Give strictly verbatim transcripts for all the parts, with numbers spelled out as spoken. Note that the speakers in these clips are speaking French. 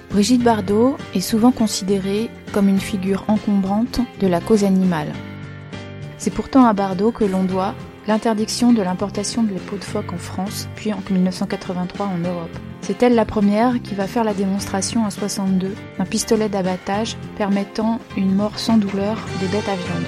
Brigitte Bardot est souvent considérée comme une figure encombrante de la cause animale. C'est pourtant à Bardot que l'on doit l'interdiction de l'importation de la peau de phoque en France, puis en dix-neuf cent quatre-vingt-trois en Europe. C'est elle la première qui va faire la démonstration en soixante-deux d'un pistolet d'abattage permettant une mort sans douleur des bêtes à viande.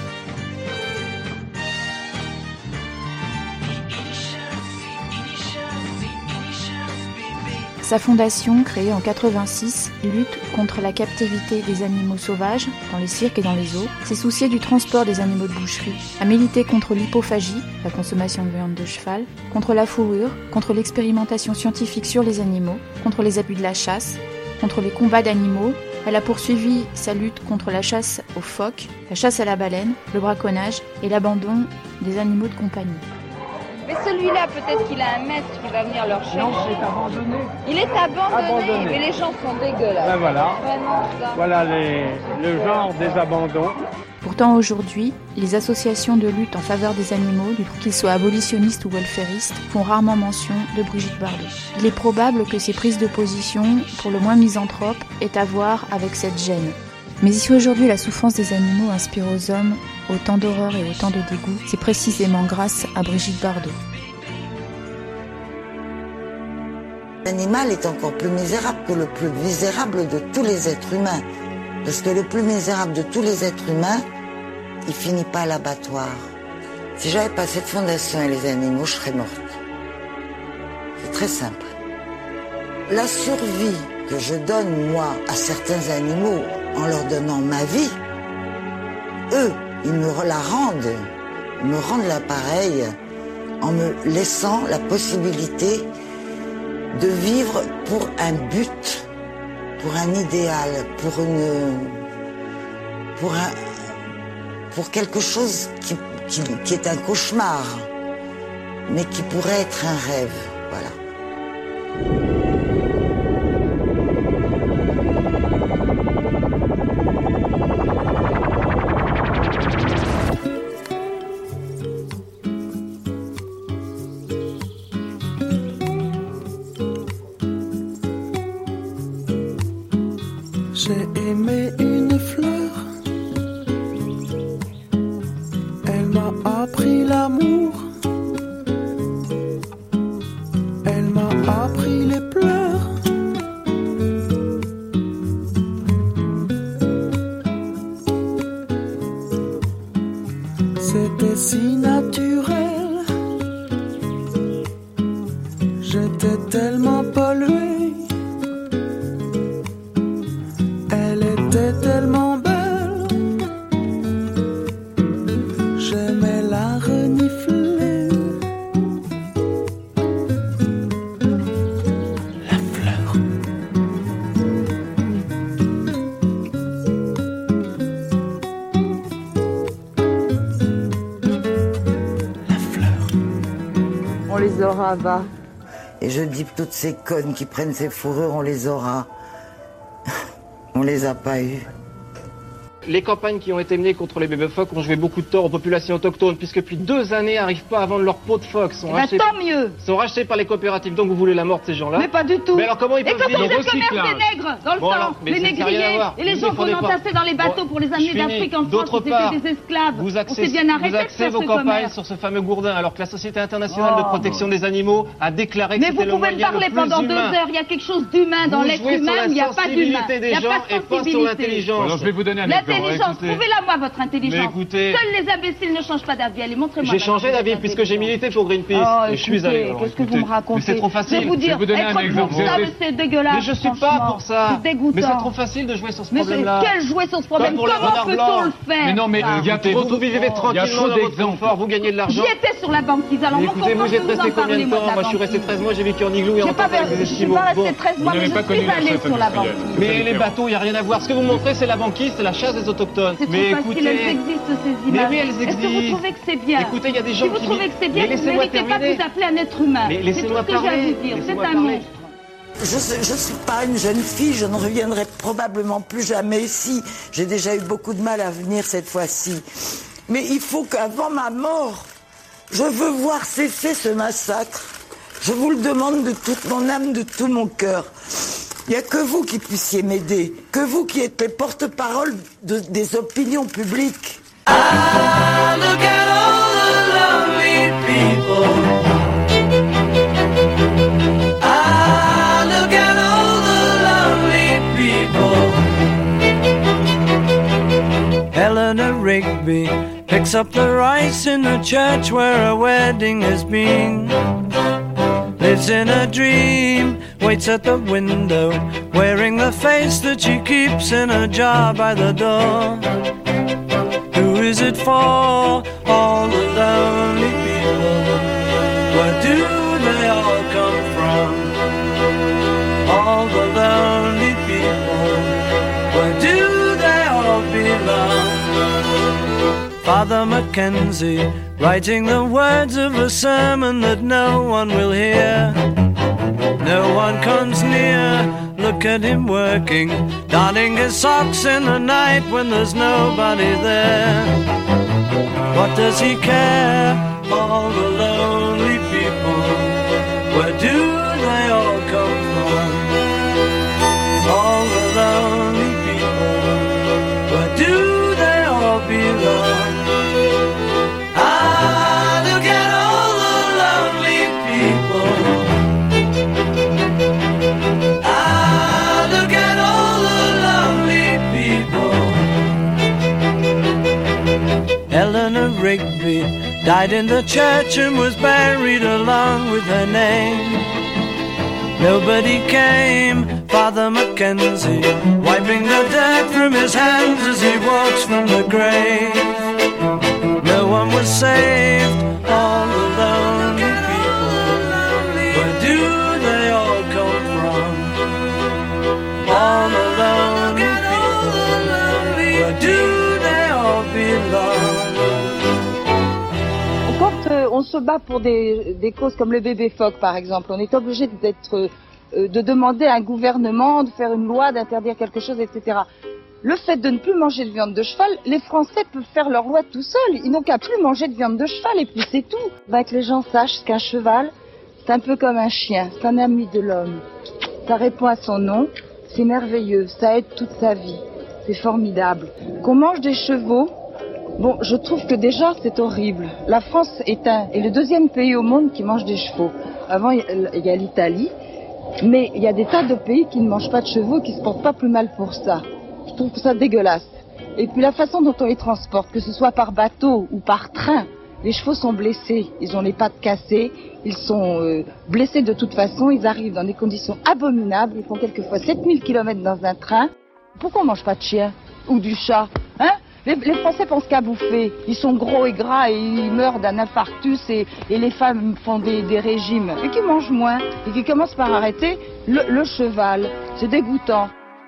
Sa fondation, créée en quatre-vingt-six, lutte contre la captivité des animaux sauvages dans les cirques et dans les zoos, s'est souciée du transport des animaux de boucherie, a milité contre l'hypophagie, la consommation de viande de cheval, contre la fourrure, contre l'expérimentation scientifique sur les animaux, contre les abus de la chasse, contre les combats d'animaux. Elle a poursuivi sa lutte contre la chasse aux phoques, la chasse à la baleine, le braconnage et l'abandon des animaux de compagnie. Mais celui-là, peut-être qu'il a un maître qui va venir leur chercher. Non, c'est abandonné. Il est abandonné, abandonné. Mais les gens sont dégueulasses. Ben voilà. Vraiment, ça. Voilà les, le genre des abandons. Pourtant aujourd'hui, les associations de lutte en faveur des animaux, qu'ils soient abolitionnistes ou welfaristes, font rarement mention de Brigitte Bardot. Il est probable que ces prises de position, pour le moins misanthropes, aient à voir avec cette gêne. Mais si aujourd'hui la souffrance des animaux inspire aux hommes autant d'horreur et autant de dégoût, c'est précisément grâce à Brigitte Bardot. L'animal est encore plus misérable que le plus misérable de tous les êtres humains. Parce que le plus misérable de tous les êtres humains, il finit pas à l'abattoir. Si j'avais pas cette fondation et les animaux, je serais morte. C'est très simple. La survie que je donne, moi, à certains animaux, en leur donnant ma vie, eux, ils me la rendent, ils me rendent l'appareil en me laissant la possibilité de vivre pour un but, pour un idéal, pour une, pour un, pour quelque chose qui, qui, qui est un cauchemar, mais qui pourrait être un rêve, voilà. J'ai aimé une fleur, elle m'a appris l'amour, elle m'a appris les pleurs. C'était si naturel, j'étais tellement pollué. Tellement belle, j'aimais la renifler. La fleur. La fleur. On les aura, va. Et je dis que toutes ces connes qui prennent ces fourrures, on les aura. On les a pas eues. Les campagnes qui ont été menées contre les bébés phoques ont joué beaucoup de tort aux populations autochtones, puisque depuis deux années n'arrivent pas à vendre leur peau de phoque. Sont, Eh ben, rachetés, tant mieux. sont rachetés par les coopératives. Donc vous voulez la mort de ces gens-là? Mais pas du tout. Mais alors comment ils Et peuvent quand on vivre? fait le commerce des nègres dans le Bon, sang, alors, mais les ça n'a rien à négriers voir. et les Vous gens qu'on défendez pas. entassait dans les bateaux Bon, pour les je amener finis. d'Afrique en France, D'autre qui part, étaient des esclaves. Vous On axez, s'est bien arrêté vous de axez faire vos ce campagnes commerce. sur ce fameux gourdin, alors que la Société internationale Oh. de protection des animaux a déclaré que Mais c'était vous le pouvez me moyen parler le plus pendant deux humain. heures, il y a quelque chose d'humain dans Vous l'être jouez sur humain, la il n'y a pas d'humain. sensibilité Il des n'y a gens pas et de pas sur sensibilité. l'intelligence. Alors, je vais vous donner un exemple. L'intelligence, Écoutez. prouvez-la moi votre intelligence. Mais écoutez- Seuls les imbéciles ne changent pas d'avis. Allez, montrez-moi. J'ai votre changé d'avis intelligence. puisque j'ai milité pour Greenpeace Oh, et je suis écoutez, allé. alors, qu'est-ce que écoutez. vous me racontez? Mais c'est trop Je vais facile. vous dire, Je vais vous donner un être exemple. pour ça, Vous mais êtes- c'est dégueulasse. Mais je suis pas franchement. pour ça. C'est dégoûtant. Mais c'est trop facile de jouer sur ce Mais problème-là. c'est quel jouer sur ce problème? pour les Comment renards peut-on blancs. le faire? Mais non, mais ça il y a Écoutez, trop vous, vous vivez il y a tranquillement trop dans votre d'exemples. confort, vous gagnez de l'argent. J'y étais sur la banquise, alors Mais mon écoutez, confort, vous je êtes vais vous resté en parler, combien de moi, temps? de la Moi, je suis resté banquise. treize mois, j'ai vécu en igloo et en J'ai pas campagne avec des je suis esquimaux. pas Bon. resté treize mois, Vous mais n'avez je pas connu suis la allée chasse sur la industrielle. banquise. Mais C'est les différent. bateaux, il n'y a rien à voir. Ce que vous montrez, c'est la banquise, c'est la chasse des autochtones. C'est trop Mais facile, elles écoutez, existent ces Mais images. oui, elles Est-ce que vous existent. trouvez que c'est bien? Écoutez, il y a des gens Si vous qui trouvez que c'est bien, Mais vous ne laissez-moi méritez pas de terminer. vous appeler un être humain. Mais C'est tout laissez-moi ce que j'ai à parler. vous dire. C'est Laissez-moi un parler. monstre. Je ne suis pas une jeune fille, je ne reviendrai probablement plus jamais ici. J'ai déjà eu beaucoup de mal à venir cette fois-ci. Mais il faut qu'avant ma mort, je veux voir cesser ce massacre. Je vous le demande de toute mon âme, de tout mon cœur. Il n'y a que vous qui puissiez m'aider, que vous qui êtes les porte-parole de, des opinions publiques. Ah, look at all the lonely people. Ah, look at all the lonely people. Eleanor Rigby picks up the rice in the church where a wedding has been. Lives in a dream, waits at the window, wearing the face that she keeps in a jar by the door. Who is it for? All the lonely people. Where do they all come from? All the lonely people. Where do they all belong? Father Mackenzie, writing the words of a sermon that no one will hear. No one comes near, look at him working, darning his socks in the night when there's nobody there. What does he care? All the lonely people, where do they all come from? All the lonely people, where do they all belong? Eleanor Rigby died in the church and was buried along with her name. Nobody came, Father Mackenzie, wiping the dirt from his hands as he walks from the grave. No one was saved, all the lonely people. Where do they all come from? All the lonely people. Where do they all belong? Quand euh, on se bat pour des, des causes comme le bébé phoque par exemple, on est obligé d'être, euh, de demander à un gouvernement de faire une loi, d'interdire quelque chose, et cetera. Le fait de ne plus manger de viande de cheval, les Français peuvent faire leur loi tout seuls. Ils n'ont qu'à plus manger de viande de cheval et puis c'est tout. Ben, que les gens sachent qu'un cheval, c'est un peu comme un chien, c'est un ami de l'homme. Ça répond à son nom, c'est merveilleux, ça aide toute sa vie, c'est formidable. Qu'on mange des chevaux, bon, je trouve que déjà c'est horrible. La France est, un, est le deuxième pays au monde qui mange des chevaux. Avant, il y a l'Italie, mais il y a des tas de pays qui ne mangent pas de chevaux et qui ne se portent pas plus mal pour ça. Je trouve ça dégueulasse. Et puis la façon dont on les transporte, que ce soit par bateau ou par train, les chevaux sont blessés, ils ont les pattes cassées, ils sont euh, blessés de toute façon, ils arrivent dans des conditions abominables, ils font quelquefois sept mille kilomètres dans un train. Pourquoi on ne mange pas de chien ou du chat, hein? Les, les Français pensent qu'à bouffer. Ils sont gros et gras et ils meurent d'un infarctus et, et les femmes font des, des régimes. Et qui mangent moins et qui commencent par arrêter le, le cheval. C'est dégoûtant.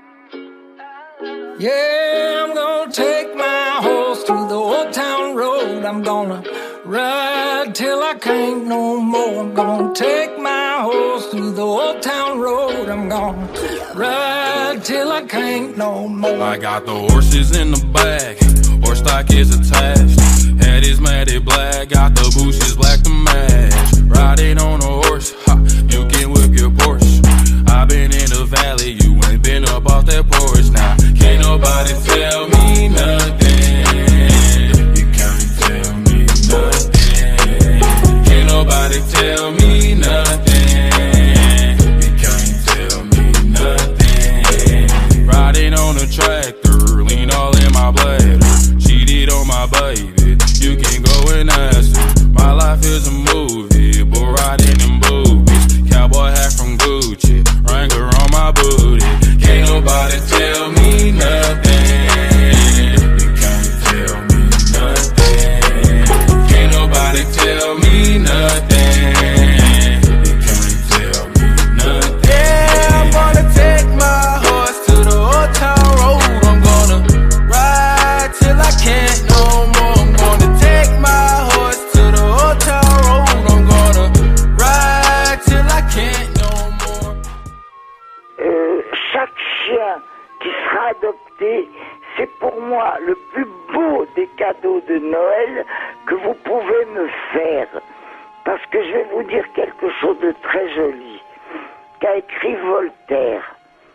Yeah, I'm gonna take my horse to the old town road. I'm gonna ride till I can't no more. I'm gonna take my horse to the old town road. I'm gonna ride till I can't no more. I got the horses in the back, horse stock is attached. Head is matted black, got the bushes black to match. Riding on a horse, ha, you can whip your Porsche. I've been in the valley, you ain't been up off that porch now. Can't nobody tell me nothing. You can't tell me nothing. Can't nobody tell me nothing. You can't tell me nothing. Riding on a tractor, lean all in my bladder. Cheated on my baby, you can go and ask her. My life is a movie, but riding in boobies. Cowboy hat from Gucci, Wrangler on my booty. Can't nobody tell me nothing. You can't tell me nothing. Can't nobody tell me nothing. You can't tell me nothing. Yeah, I'm gonna take my horse to the old town road. I'm gonna ride till I can't no more. I'm gonna take my horse to the old town road. I'm gonna ride till I can't no more. Euh, chaque chien qui sera adopté, c'est pour moi le plus beau des cadeaux de Noël que vous pouvez me faire. Parce que je vais vous dire quelque chose de très joli, qu'a écrit Voltaire.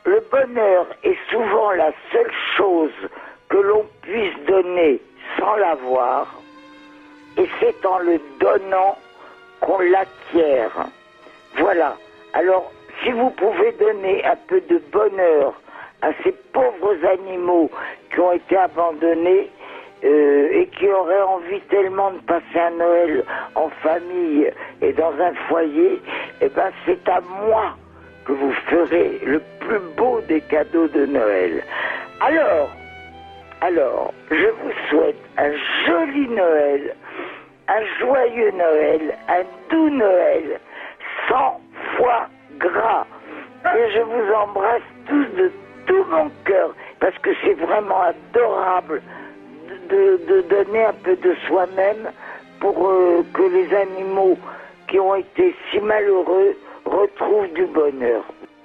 le bonheur est souvent la seule chose que l'on puisse donner sans l'avoir, et c'est en le donnant qu'on l'acquiert. Voilà. Alors, si vous pouvez donner un peu de bonheur à ces pauvres animaux qui ont été abandonnés euh, et qui auraient envie tellement de passer un Noël en famille et dans un foyer, eh ben, c'est à moi que vous ferez le plus beau des cadeaux de Noël. Alors, alors, je vous souhaite un joli Noël, un joyeux Noël, un doux Noël, sans foie gras. Et je vous embrasse tous de tout mon cœur, parce que c'est vraiment adorable de, de donner un peu de soi-même pour euh, que les animaux qui ont été si malheureux retrouvent du bonheur.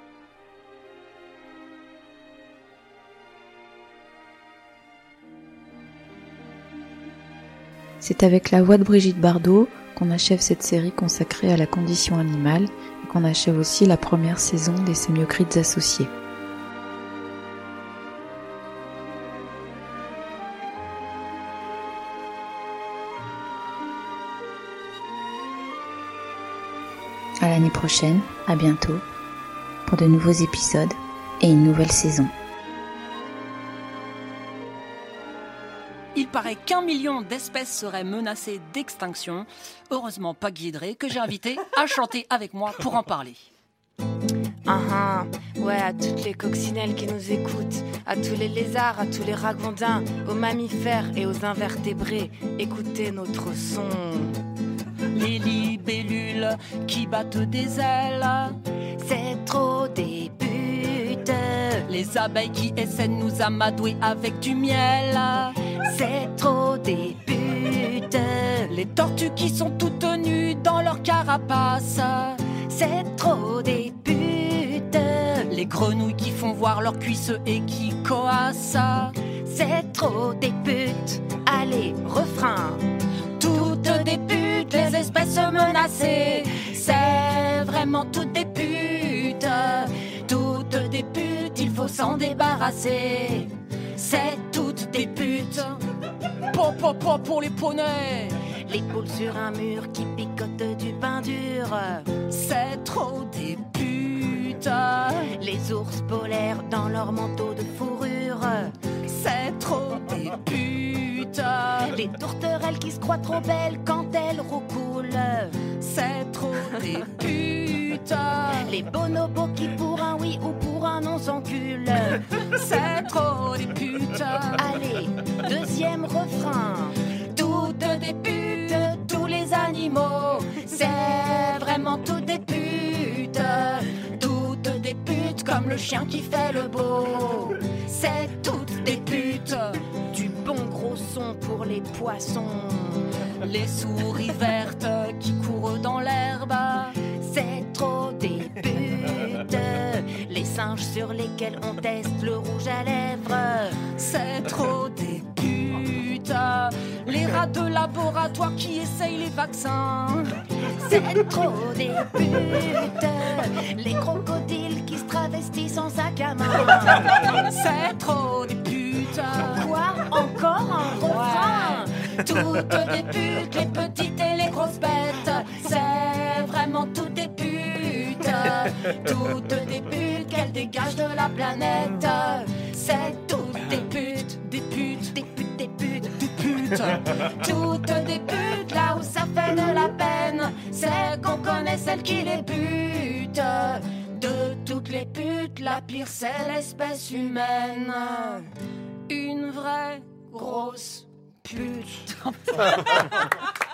C'est avec la voix de Brigitte Bardot qu'on achève cette série consacrée à la condition animale et qu'on achève aussi la première saison des Sémiocrites associés. À l'année prochaine, à bientôt, pour de nouveaux épisodes et une nouvelle saison. Il paraît qu'un million d'espèces seraient menacées d'extinction. Heureusement pas Guidré, que j'ai invité à chanter avec moi pour en parler. Uh-huh. Ouais, à toutes les coccinelles qui nous écoutent, à tous les lézards, à tous les ragondins, aux mammifères et aux invertébrés, écoutez notre son. Les libellules qui battent des ailes, c'est trop des putes. Les abeilles qui essaient de nous amadouer avec du miel, c'est trop des putes. Les tortues qui sont toutes nues dans leur carapace, c'est trop des putes. Les grenouilles qui font voir leurs cuisses et qui coassent, c'est trop des putes. Allez, refrain. Toutes des putes, les espèces menacées, c'est vraiment toutes des putes. Toutes des putes, il faut s'en débarrasser, c'est toutes des putes. Pop, pop, pop pour les poneys. Les poules sur un mur qui picotent du pain dur, c'est trop des putes. Les ours polaires dans leur manteau de fourrure, c'est trop des putes. Les tourterelles qui se croient trop belles quand elles roucoulent, c'est trop des putes. Les bonobos qui pour un oui ou pour un non s'enculent, c'est trop des putes. Allez, deuxième refrain. Toutes des putes, tous les animaux, c'est vraiment toutes des putes. Toutes des putes comme le chien qui fait le beau, c'est toutes des putes. Du bon gros son pour les poissons. Les souris vertes qui courent dans l'herbe, c'est trop des putes. Les singes sur lesquels on teste le rouge à lèvres, c'est trop des putes. Les rats de laboratoire qui essayent les vaccins, c'est trop des putes. Les crocodiles qui se travestissent en sac à main, c'est trop des putes. Quoi? Encore un refrain? Toutes des putes, les petites et les grosses bêtes, c'est vraiment toutes des putes. Toutes des putes qu'elles dégagent de la planète, c'est toutes des putes. Des putes, des putes, des putes, des putes. Toutes des putes, là où ça fait de la peine, c'est qu'on connaît celles qui les butent. De toutes les putes, la pire c'est l'espèce humaine. Une vraie grosse pute.